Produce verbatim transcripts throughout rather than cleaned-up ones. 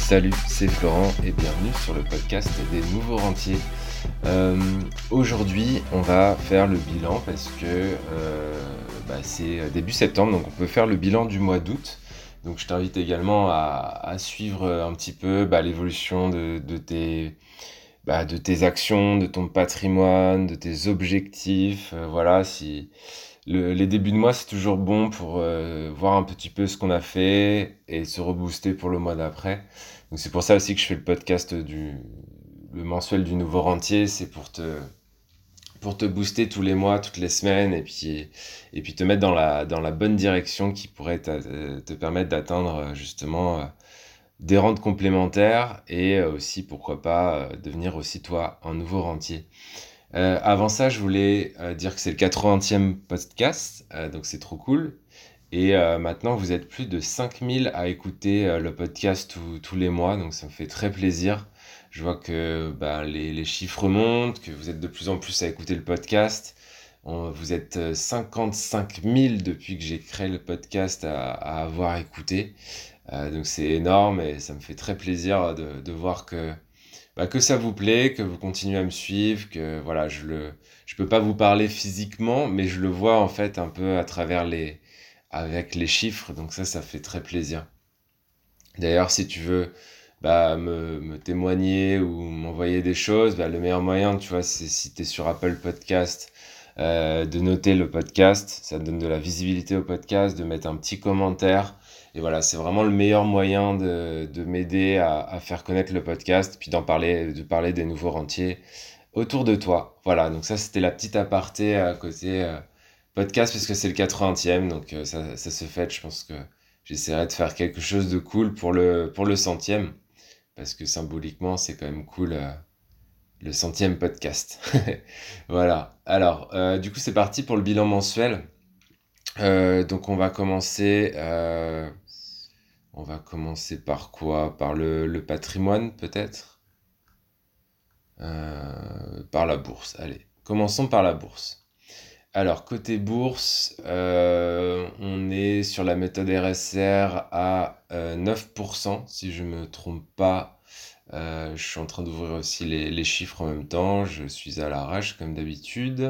Salut, c'est Florent et bienvenue sur le podcast des nouveaux rentiers. Euh, aujourd'hui, on va faire le bilan parce que euh, bah, c'est début septembre, donc on peut faire le bilan du mois d'août. Donc je t'invite également à, à suivre un petit peu bah, l'évolution de, de tes, bah, de tes actions, de ton patrimoine, de tes objectifs. Euh, voilà, si le- les débuts de mois, c'est toujours bon pour euh, voir un petit peu ce qu'on a fait et se rebooster pour le mois d'après. Donc c'est pour ça aussi que je fais le podcast du le mensuel du nouveau rentier, c'est pour te pour te booster tous les mois, toutes les semaines et puis et puis te mettre dans la dans la bonne direction qui pourrait te, te permettre d'atteindre euh, justement euh, des rentes complémentaires et euh, aussi pourquoi pas euh, devenir aussi toi un nouveau rentier. Euh, avant ça, je voulais euh, dire que c'est le quatre-vingtième podcast, euh, donc c'est trop cool. Et euh, maintenant, vous êtes plus de cinq mille à écouter euh, le podcast tous tous les mois, donc ça me fait très plaisir. Je vois que bah, les, les chiffres montent, que vous êtes de plus en plus à écouter le podcast. On- vous êtes euh, cinquante-cinq mille depuis que j'ai créé le podcast à, à avoir écouté. Euh, donc c'est énorme et ça me fait très plaisir de, de voir que bah, que ça vous plaît, que vous continuez à me suivre, que voilà, je le, je peux pas vous parler physiquement, mais je le vois en fait un peu à travers les, avec les chiffres, donc ça, ça fait très plaisir. D'ailleurs, si tu veux bah, me, me témoigner ou m'envoyer des choses, bah, le meilleur moyen, tu vois, c'est si tu es sur Apple Podcast, euh, de noter le podcast, ça donne de la visibilité au podcast, de mettre un petit commentaire. Et voilà, c'est vraiment le meilleur moyen de, de m'aider à, à faire connaître le podcast, puis d'en parler, de parler des nouveaux rentiers autour de toi. Voilà, donc ça c'était la petite aparté à côté euh, podcast, parce que c'est le quatre-vingtième, donc euh, ça, ça se fait, je pense que j'essaierai de faire quelque chose de cool pour le, pour le centième, parce que symboliquement c'est quand même cool. Euh, le centième podcast. Voilà. Alors, euh, du coup, c'est parti pour le bilan mensuel. Euh, donc, on va commencer. Euh, on va commencer par quoi? Par le, le patrimoine, peut-être. Euh, par la bourse. Allez, commençons par la bourse. Alors, côté bourse, euh, on est sur la méthode R S R à euh, neuf pour cent, si je me trompe pas. Euh, je suis en train d'ouvrir aussi les, les chiffres en même temps. Je suis à l'arrache comme d'habitude.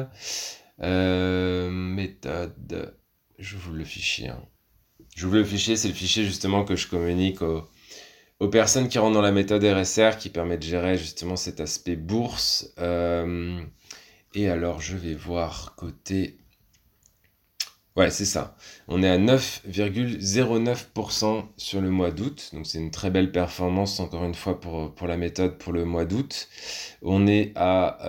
Euh, méthode. J'ouvre le fichier. Hein. J'ouvre le fichier, c'est le fichier justement que je communique aux, aux personnes qui rentrent dans la méthode R S R qui permet de gérer justement cet aspect bourse. Euh, et alors je vais voir côté. Ouais, c'est ça. On est à neuf virgule zéro neuf pour cent sur le mois d'août. Donc c'est une très belle performance, encore une fois, pour, pour la méthode pour le mois d'août. On est à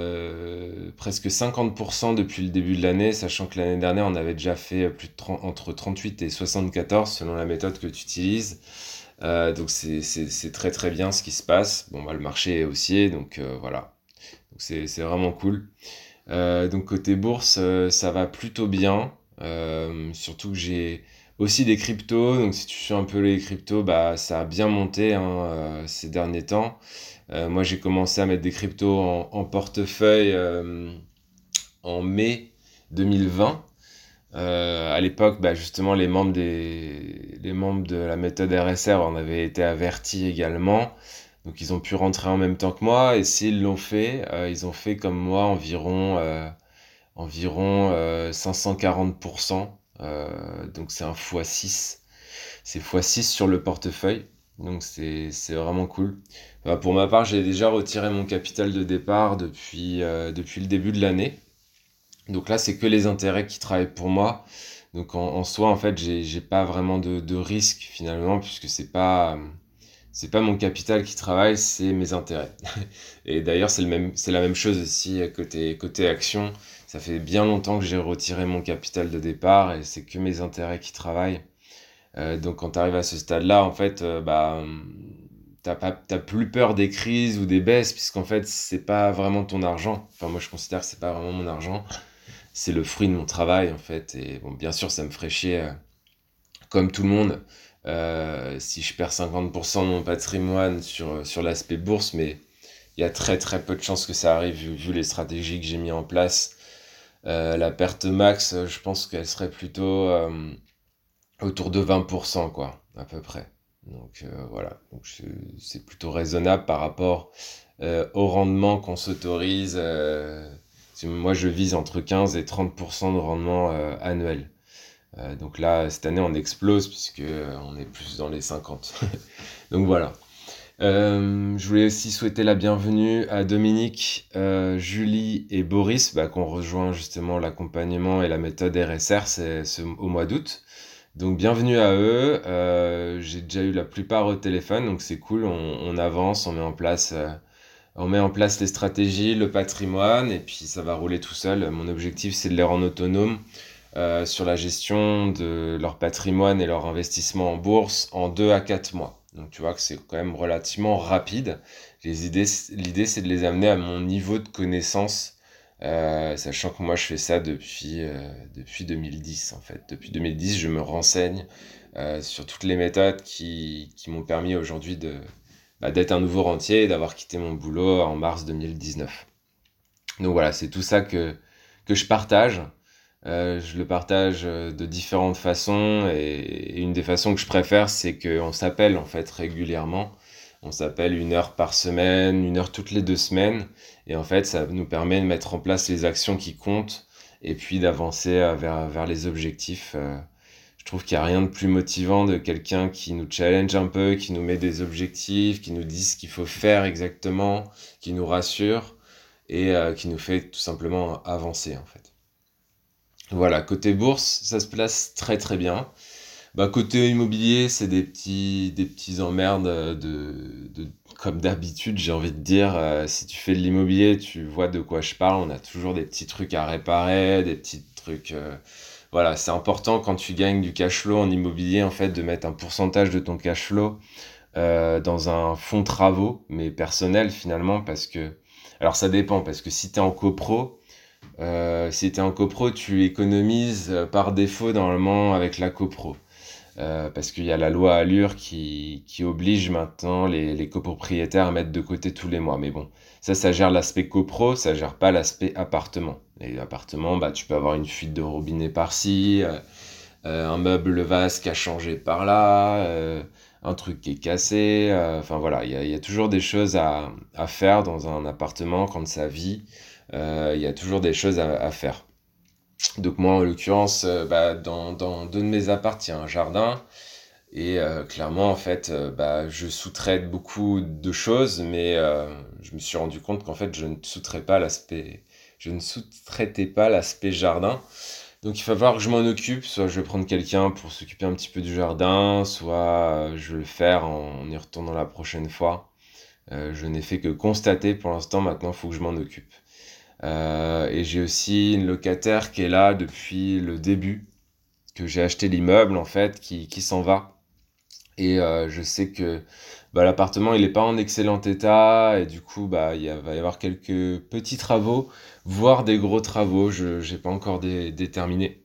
euh, presque cinquante pour cent depuis le début de l'année, sachant que l'année dernière, on avait déjà fait plus de trente, entre trente-huit et soixante-quatorze selon la méthode que tu utilises. Euh, donc c'est, c'est, c'est très très bien ce qui se passe. Bon, bah, le marché est haussier, donc euh, voilà. Donc c'est, c'est vraiment cool. Euh, donc côté bourse, euh, ça va plutôt bien. Euh, surtout que j'ai aussi des cryptos. Donc si tu suis un peu les cryptos, bah ça a bien monté hein, euh, ces derniers temps. Euh, moi j'ai commencé à mettre des cryptos en, en portefeuille euh, en mai deux mille vingt. Euh, à l'époque, bah, justement, les membres des, les membres de la méthode R S R en avaient été avertis également. Donc, ils ont pu rentrer en même temps que moi. Et s'ils l'ont fait, euh, ils ont fait comme moi environ, euh, environ euh, cinq cent quarante pour cent. Euh, donc, c'est un fois six. C'est fois six sur le portefeuille. Donc, c'est, c'est vraiment cool. Bah, pour ma part, j'ai déjà retiré mon capital de départ depuis, euh, depuis le début de l'année. Donc là, c'est que les intérêts qui travaillent pour moi. Donc en, en soi, en fait, j'ai j'ai pas vraiment de, de risque finalement, puisque c'est pas c'est pas mon capital qui travaille, c'est mes intérêts. Et d'ailleurs, c'est le même c'est la même chose aussi côté côté action. Ça fait bien longtemps que j'ai retiré mon capital de départ et c'est que mes intérêts qui travaillent. Euh, donc quand tu arrives à ce stade-là, en fait, euh, bah t'as pas t'as plus peur des crises ou des baisses, puisqu'en fait, c'est pas vraiment ton argent. Enfin, moi, je considère que c'est pas vraiment mon argent, c'est le fruit de mon travail en fait. Et bon, bien sûr, ça me ferait chier, euh, comme tout le monde, euh, si je perds cinquante pour cent de mon patrimoine sur, sur l'aspect bourse, mais il y a très très peu de chances que ça arrive vu, vu les stratégies que j'ai mis en place. Euh, la perte max, euh, je pense qu'elle serait plutôt euh, autour de vingt pour cent, quoi, à peu près. Donc euh, voilà, donc je- c'est plutôt raisonnable par rapport euh, au rendement qu'on s'autorise. Euh, parce que moi, je vise entre quinze et trente pour cent de rendement euh, annuel. Euh, donc là, cette année, on explose puisque euh, on est plus dans les cinquante. Donc voilà. Euh, je voulais aussi souhaiter la bienvenue à Dominique, euh, Julie et Boris, bah, qu'on rejoint justement l'accompagnement et la méthode R S R c'est, ce- au mois d'août. Donc bienvenue à eux. Euh, j'ai déjà eu la plupart au téléphone, donc c'est cool. On, on avance, on met en place, euh, on met en place les stratégies, le patrimoine, et puis ça va rouler tout seul. Mon objectif, c'est de les rendre autonomes euh, sur la gestion de leur patrimoine et leur investissement en bourse en deux à quatre mois. Donc tu vois que c'est quand même relativement rapide. Les idées, l'idée, c'est de les amener à mon niveau de connaissance, euh, sachant que moi je fais ça depuis, euh, depuis deux mille dix en fait. Depuis deux mille dix, je me renseigne euh, sur toutes les méthodes qui, qui m'ont permis aujourd'hui de, bah, d'être un nouveau rentier et d'avoir quitté mon boulot en mars deux mille dix-neuf. Donc voilà, c'est tout ça que, que je partage. Euh, je le partage euh, de différentes façons et, et une des façons que je préfère, c'est qu'on s'appelle en fait régulièrement. On s'appelle une heure par semaine, une heure toutes les deux semaines. Et en fait, ça nous permet de mettre en place les actions qui comptent et puis d'avancer euh, vers, vers les objectifs. Euh, je trouve qu'il n'y a rien de plus motivant de quelqu'un qui nous challenge un peu, qui nous met des objectifs, qui nous dit ce qu'il faut faire exactement, qui nous rassure et euh, qui nous fait tout simplement avancer en fait. Voilà, côté bourse, ça se place très très bien. Bah, côté immobilier, c'est des petits, des petits emmerdes euh, de, de, comme d'habitude, j'ai envie de dire. Euh, si tu fais de l'immobilier, tu vois de quoi je parle. On a toujours des petits trucs à réparer, des petits trucs. Euh, voilà, c'est important quand tu gagnes du cash flow en immobilier, en fait, de mettre un pourcentage de ton cash flow euh, dans un fonds de travaux, mais personnel finalement, parce que. Alors ça dépend, parce que si tu es en copro, euh, si tu es en copro, tu économises euh, par défaut normalement avec la copro. Euh, parce qu'il y a la loi Allure qui, qui oblige maintenant les, les copropriétaires à mettre de côté tous les mois. Mais bon, ça, ça gère l'aspect copro, ça gère pas l'aspect appartement. Les appartements, bah, tu peux avoir une fuite de robinet par-ci, euh, euh, un meuble vase qui a changé par-là, euh, un truc qui est cassé. euh, Enfin voilà, il y a, il y a toujours des choses à, à faire dans un appartement quand ça vit. Euh, Il y a toujours des choses à, à faire. Donc moi, en l'occurrence, euh, bah, dans, dans deux de mes apparts, il y a un jardin. Et euh, clairement, en fait, euh, bah, je sous-traite beaucoup de choses, mais euh, je me suis rendu compte qu'en fait, je ne sous-traitais pas l'aspect, je ne sous-traitais pas l'aspect jardin. Donc il va falloir que je m'en occupe, soit je vais prendre quelqu'un pour s'occuper un petit peu du jardin, soit euh, je vais le faire en, en y retournant la prochaine fois. Euh, je n'ai fait que constater pour l'instant, maintenant il faut que je m'en occupe. Euh, et j'ai aussi une locataire qui est là depuis le début, que j'ai acheté l'immeuble en fait, qui, qui s'en va. Et euh, je sais que bah, l'appartement il est pas en excellent état et du coup bah il y a- va y avoir quelques petits travaux, voire des gros travaux. Je j'ai pas encore dé- déterminé.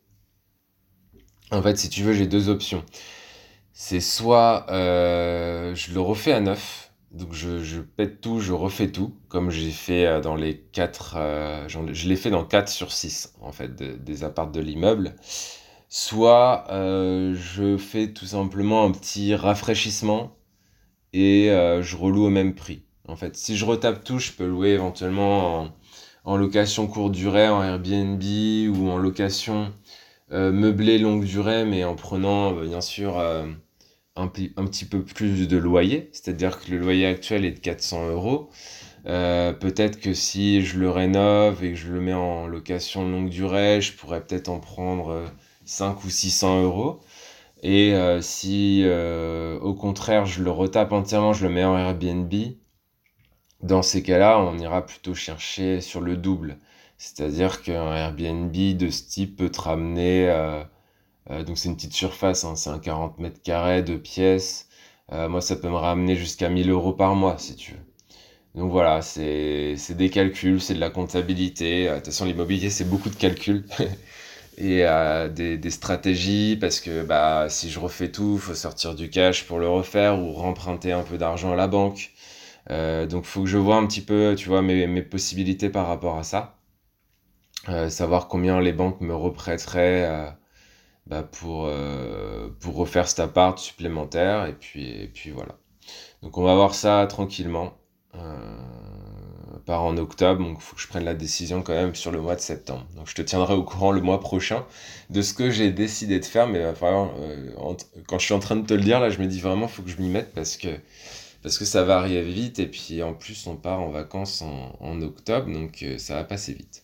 En fait, si tu veux, j'ai deux options. C'est soit euh, je le refais à neuf, donc je, je pète tout, je refais tout, comme j'ai fait euh, dans les quatre, euh, j'en- je l'ai fait dans quatre sur six en fait de- des apparts de l'immeuble. Soit euh, je fais tout simplement un petit rafraîchissement et euh, je reloue au même prix. En fait, si je retape tout, je peux louer éventuellement en, en location courte durée, en Airbnb ou en location euh, meublée longue durée, mais en prenant euh, bien sûr euh, un, pi- un petit peu plus de loyer. C'est-à-dire que le loyer actuel est de quatre cents euros. Euh, peut-être que si je le rénove et que je le mets en location longue durée, je pourrais peut-être en prendre euh, cinq ou six cents euros. Et euh, si euh, au contraire je le retape entièrement, je le mets en Airbnb, dans ces cas-là, on ira plutôt chercher sur le double. C'est-à-dire qu'un Airbnb de ce type peut te ramener, euh, euh, donc c'est une petite surface, hein, c'est un quarante mètres carrés, deux pièces. Euh, moi, ça peut me ramener jusqu'à mille euros par mois, si tu veux. Donc voilà, c'est c'est des calculs, c'est de la comptabilité. Euh, De toute façon, l'immobilier, c'est beaucoup de calculs. Et euh, des, des stratégies parce que bah si je refais tout, faut sortir du cash pour le refaire ou remprunter un peu d'argent à la banque. Euh, donc faut que je vois un petit peu, tu vois, mes, mes possibilités par rapport à ça. Euh, savoir combien les banques me reprêteraient euh, bah, pour, euh, pour refaire cet appart supplémentaire. Et puis, et puis voilà. Donc on va voir ça tranquillement. Euh, part en octobre, donc il faut que je prenne la décision quand même sur le mois de septembre. Donc je te tiendrai au courant le mois prochain de ce que j'ai décidé de faire, mais vraiment, euh, entre- quand je suis en train de te le dire, là, je me dis vraiment, faut que je m'y mette parce que, parce que ça va arriver vite, et puis en plus, on part en vacances en, en octobre, donc euh, ça va passer vite.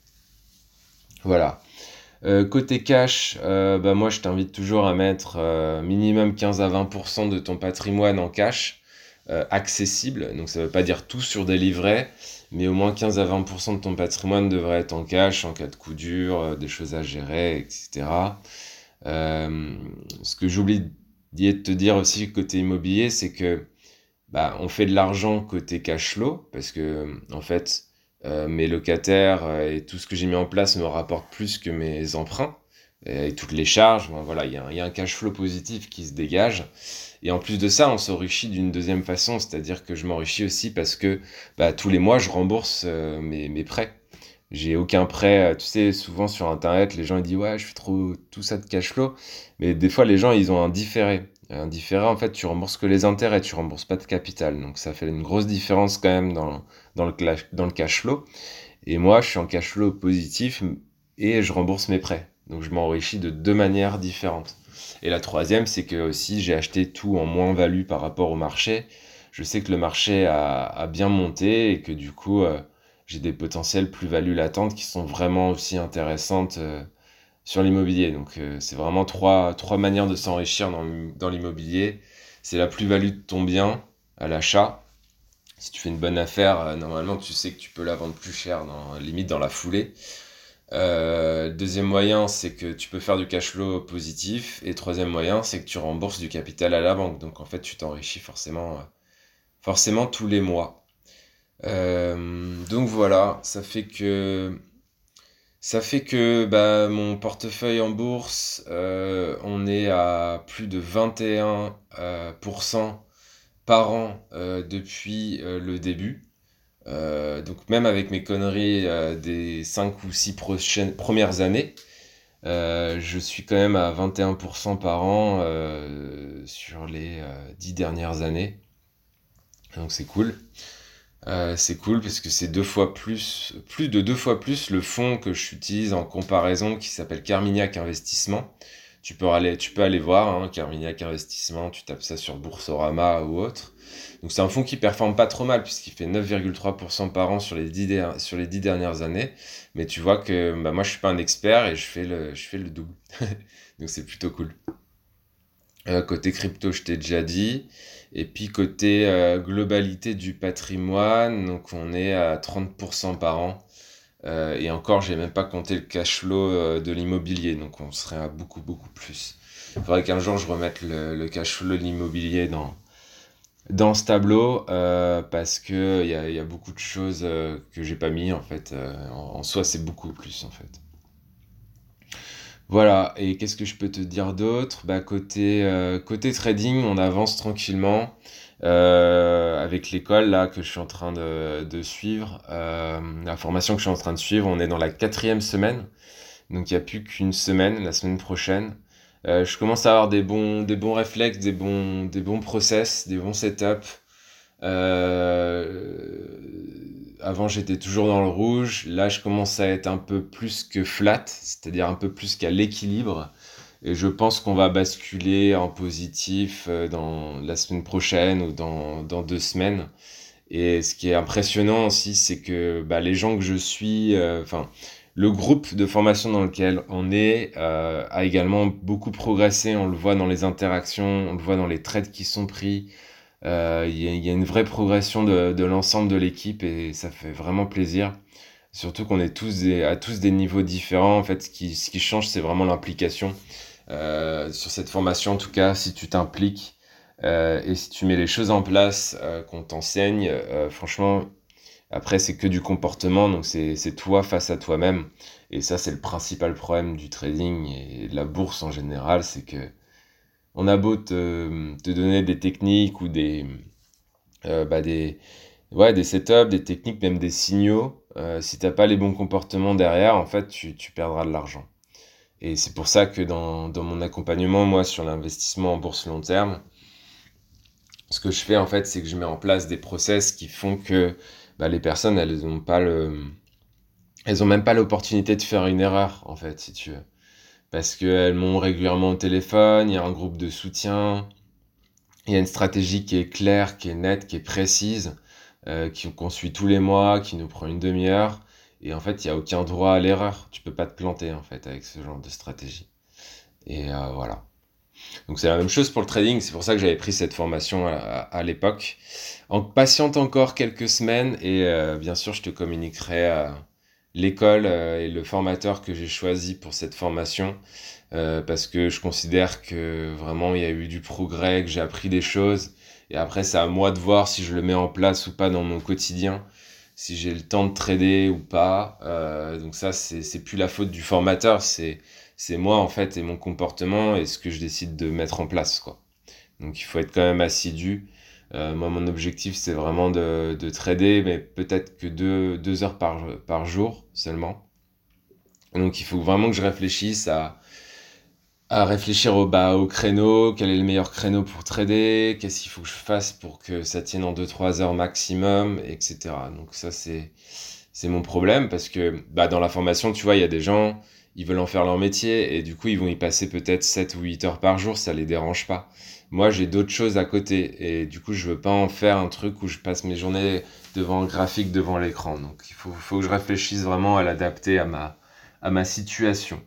Voilà. Euh, côté cash, euh, bah moi je t'invite toujours à mettre euh, minimum quinze à vingt pour cent de ton patrimoine en cash euh, accessible. Donc ça veut pas dire tout sur des livrets, mais au moins quinze à vingt pour cent de ton patrimoine devrait être en cash en cas de coup dur, euh, des choses à gérer, et cetera. Euh, ce que j'oublie de te dire aussi côté immobilier, c'est que bah, on fait de l'argent côté cash flow, parce que en fait, euh, mes locataires euh, et tout ce que j'ai mis en place me rapportent plus que mes emprunts, et toutes les charges. Bon, voilà, il y, a un- il y a un cash flow positif qui se dégage. Et en plus de ça, on s'enrichit d'une deuxième façon, c'est-à-dire que je m'enrichis aussi parce que bah, tous les mois, je rembourse euh, mes, mes prêts. J'ai aucun prêt, euh, tu sais, souvent sur Internet, les gens ils disent ouais, je fais trop tout ça de cash flow, mais des fois les gens ils ont un différé. Un différé, en fait, tu rembourses que les intérêts, tu rembourses pas de capital, donc ça fait une grosse différence quand même dans, dans le, cla- dans le cash flow. Et moi, je suis en cash flow positif et je rembourse mes prêts, donc je m'enrichis de deux manières différentes. Et la troisième, c'est que aussi j'ai acheté tout en moins-value par rapport au marché. Je sais que le marché a, a bien monté et que du coup, euh, j'ai des potentiels plus-values latentes qui sont vraiment aussi intéressantes euh, sur l'immobilier. Donc, euh, c'est vraiment trois, trois manières de s'enrichir dans, dans l'immobilier. C'est la plus-value de ton bien à l'achat. Si tu fais une bonne affaire, euh, normalement, tu sais que tu peux la vendre plus cher, dans, limite dans la foulée. Euh, deuxième moyen, c'est que tu peux faire du cash flow positif. Et troisième moyen, c'est que tu rembourses du capital à la banque. Donc, en fait, tu t'enrichis forcément, euh, forcément tous les mois. Euh, donc voilà, ça fait que ça fait que bah, mon portefeuille en bourse, euh, on est à plus de vingt et un euh, pour cent par an euh, depuis euh, le début. Euh, donc même avec mes conneries euh, des cinq ou six prochaines, premières années, euh, je suis quand même à vingt et un pour cent par an euh, sur les euh, dix dernières années. Donc c'est cool. Euh, c'est cool parce que c'est deux fois plus, plus de deux fois plus le fonds que j'utilise en comparaison qui s'appelle Carmignac Investissement. Tu peux aller, tu peux aller voir, hein, Carmignac Investissement, tu tapes ça sur Boursorama ou autre. Donc c'est un fonds qui performe pas trop mal puisqu'il fait neuf virgule trois pour cent par an sur les dix, der- sur les dix dernières années. Mais tu vois que bah, moi je suis pas un expert et je fais le, je fais le double. Donc c'est plutôt cool. Euh, côté crypto, je t'ai déjà dit. Et puis côté euh, globalité du patrimoine, donc on est à trente pour cent par an. Euh, et encore, j'ai même pas compté le cash flow euh, de l'immobilier, donc on serait à beaucoup, beaucoup plus. Il faudrait qu'un jour je remette le, le cash flow de l'immobilier dans, dans ce tableau, euh, parce que il y a, y a beaucoup de choses euh, que j'ai pas mis en fait. Euh, en, en soi, c'est beaucoup plus en fait. Voilà, et qu'est-ce que je peux te dire d'autre? Bah côté, euh, côté trading, on avance tranquillement euh, avec l'école là que je suis en train de, de suivre, euh, la formation que je suis en train de suivre. On est dans la quatrième semaine, donc il n'y a plus qu'une semaine, la semaine prochaine. Euh, je commence à avoir des bons, des bons réflexes, des bons, des bons process, des bons setups. Euh, Avant, j'étais toujours dans le rouge. Là, je commence à être un peu plus que flat, c'est-à-dire un peu plus qu'à l'équilibre. Et je pense qu'on va basculer en positif euh, dans la semaine prochaine ou dans, dans deux semaines. Et ce qui est impressionnant aussi, c'est que bah, les gens que je suis, euh, enfin, le groupe de formation dans lequel on est euh, a également beaucoup progressé. On le voit dans les interactions, on le voit dans les trades qui sont pris. Euh, Il y, a- il y a une vraie progression de, de l'ensemble de l'équipe et ça fait vraiment plaisir. Surtout qu'on est tous des- à tous des niveaux différents. En fait, ce qui, ce qui change, c'est vraiment l'implication. Euh, sur cette formation, en tout cas, si tu t'impliques euh, et si tu mets les choses en place euh, qu'on t'enseigne, euh, franchement, après, c'est que du comportement, donc c'est c'est toi face à toi-même. Et ça, c'est le principal problème du trading et de la bourse en général, c'est que on a beau te, te donner des techniques ou des, euh, bah des, ouais, des setups, des techniques, même des signaux. Euh, si t'as pas les bons comportements derrière, en fait, tu, tu perdras de l'argent. Et c'est pour ça que dans, dans mon accompagnement, moi, sur l'investissement en bourse long terme, ce que je fais en fait, c'est que je mets en place des process qui font que bah, les personnes, elles ont pas le, elles ont même pas l'opportunité de faire une erreur en fait, si tu veux, parce qu'elles m'ont régulièrement au téléphone, il y a un groupe de soutien, il y a une stratégie qui est claire, qui est nette, qui est précise, euh, qui- qu'on suit tous les mois, qui nous prend une demi-heure, et en fait, il y a aucun droit à l'erreur. Tu peux pas te planter en fait avec ce genre de stratégie. Et euh, voilà. Donc c'est la même chose pour le trading, c'est pour ça que j'avais pris cette formation à, à- à l'époque. En patiente encore quelques semaines et euh, bien sûr je te communiquerai euh, l'école euh, et le formateur que j'ai choisi pour cette formation euh, parce que je considère que vraiment il y a eu du progrès, que j'ai appris des choses et après c'est à moi de voir si je le mets en place ou pas dans mon quotidien, si j'ai le temps de trader ou pas. Euh, donc ça c'est c'est plus la faute du formateur, c'est c'est moi en fait et mon comportement et ce que je décide de mettre en place quoi. Donc il faut être quand même assidu. Euh, moi mon objectif c'est vraiment de, de trader mais peut-être que deux, deux heures par, par jour seulement. Donc il faut vraiment que je réfléchisse à, à réfléchir au, bah, au créneau, quel est le meilleur créneau pour trader, qu'est-ce qu'il faut que je fasse pour que ça tienne en deux trois heures maximum, et cetera. Donc ça c'est c'est mon problème parce que bah, dans la formation, tu vois, il y a des gens, ils veulent en faire leur métier et du coup, ils vont y passer peut-être sept ou huit heures par jour, ça les dérange pas. Moi, j'ai d'autres choses à côté et du coup, je veux pas en faire un truc où je passe mes journées devant un graphique, devant l'écran. Donc, il faut, faut que je réfléchisse vraiment à l'adapter à ma, à ma situation.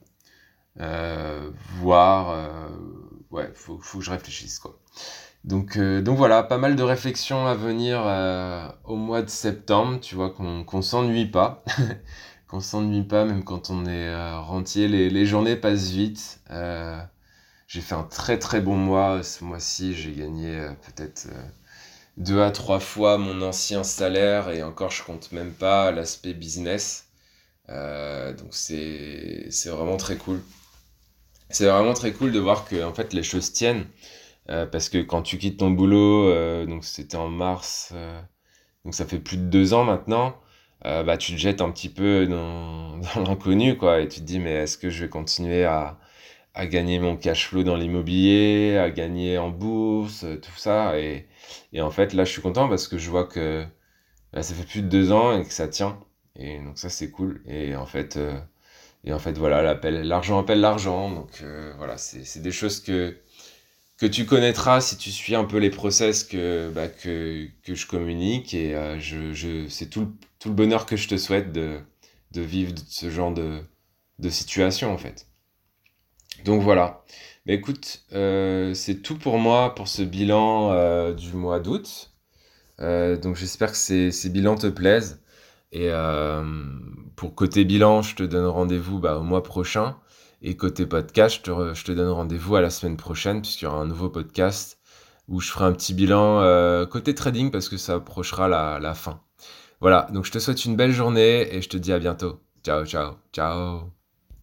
Euh, voir, euh, ouais, faut, faut que je réfléchisse, quoi. Donc, euh, donc voilà, pas mal de réflexions à venir euh, au mois de septembre, tu vois, qu'on qu'on s'ennuie pas, qu'on s'ennuie pas même quand on est euh, rentier, les, les journées passent vite. Euh, j'ai fait un très très bon mois ce mois-ci, j'ai gagné euh, peut-être euh, deux à trois fois mon ancien salaire et encore je compte même pas l'aspect business. Euh, donc c'est c'est vraiment très cool. C'est vraiment très cool de voir que en fait les choses tiennent. Euh, parce que quand tu quittes ton boulot, euh, donc c'était en mars, euh, donc ça fait plus de deux ans maintenant, euh, bah tu te jettes un petit peu dans, dans l'inconnu, quoi, et tu te dis, mais est-ce que je vais continuer à, à gagner mon cash flow dans l'immobilier, à gagner en bourse, euh, tout ça, et, et en fait là je suis content parce que je vois que bah, ça fait plus de deux ans et que ça tient, et donc ça c'est cool, et en fait, euh, et en fait voilà, l'appel, l'argent appelle l'argent, donc euh, voilà, c'est c'est des choses que que tu connaîtras si tu suis un peu les process que, bah, que, que je communique et euh, je, je, c'est tout le, tout le bonheur que je te souhaite de, de vivre de ce genre de, de situation en fait. Donc voilà. Mais écoute, euh, c'est tout pour moi pour ce bilan euh, du mois d'août. Euh, donc j'espère que ces, ces bilans te plaisent. Et euh, pour côté bilan, je te donne rendez-vous bah, au mois prochain. Et côté podcast, je te, re- je te donne rendez-vous à la semaine prochaine, puisqu'il y aura un nouveau podcast où je ferai un petit bilan euh, côté trading, parce que ça approchera la, la fin. Voilà, donc je te souhaite une belle journée et je te dis à bientôt. Ciao, ciao, ciao.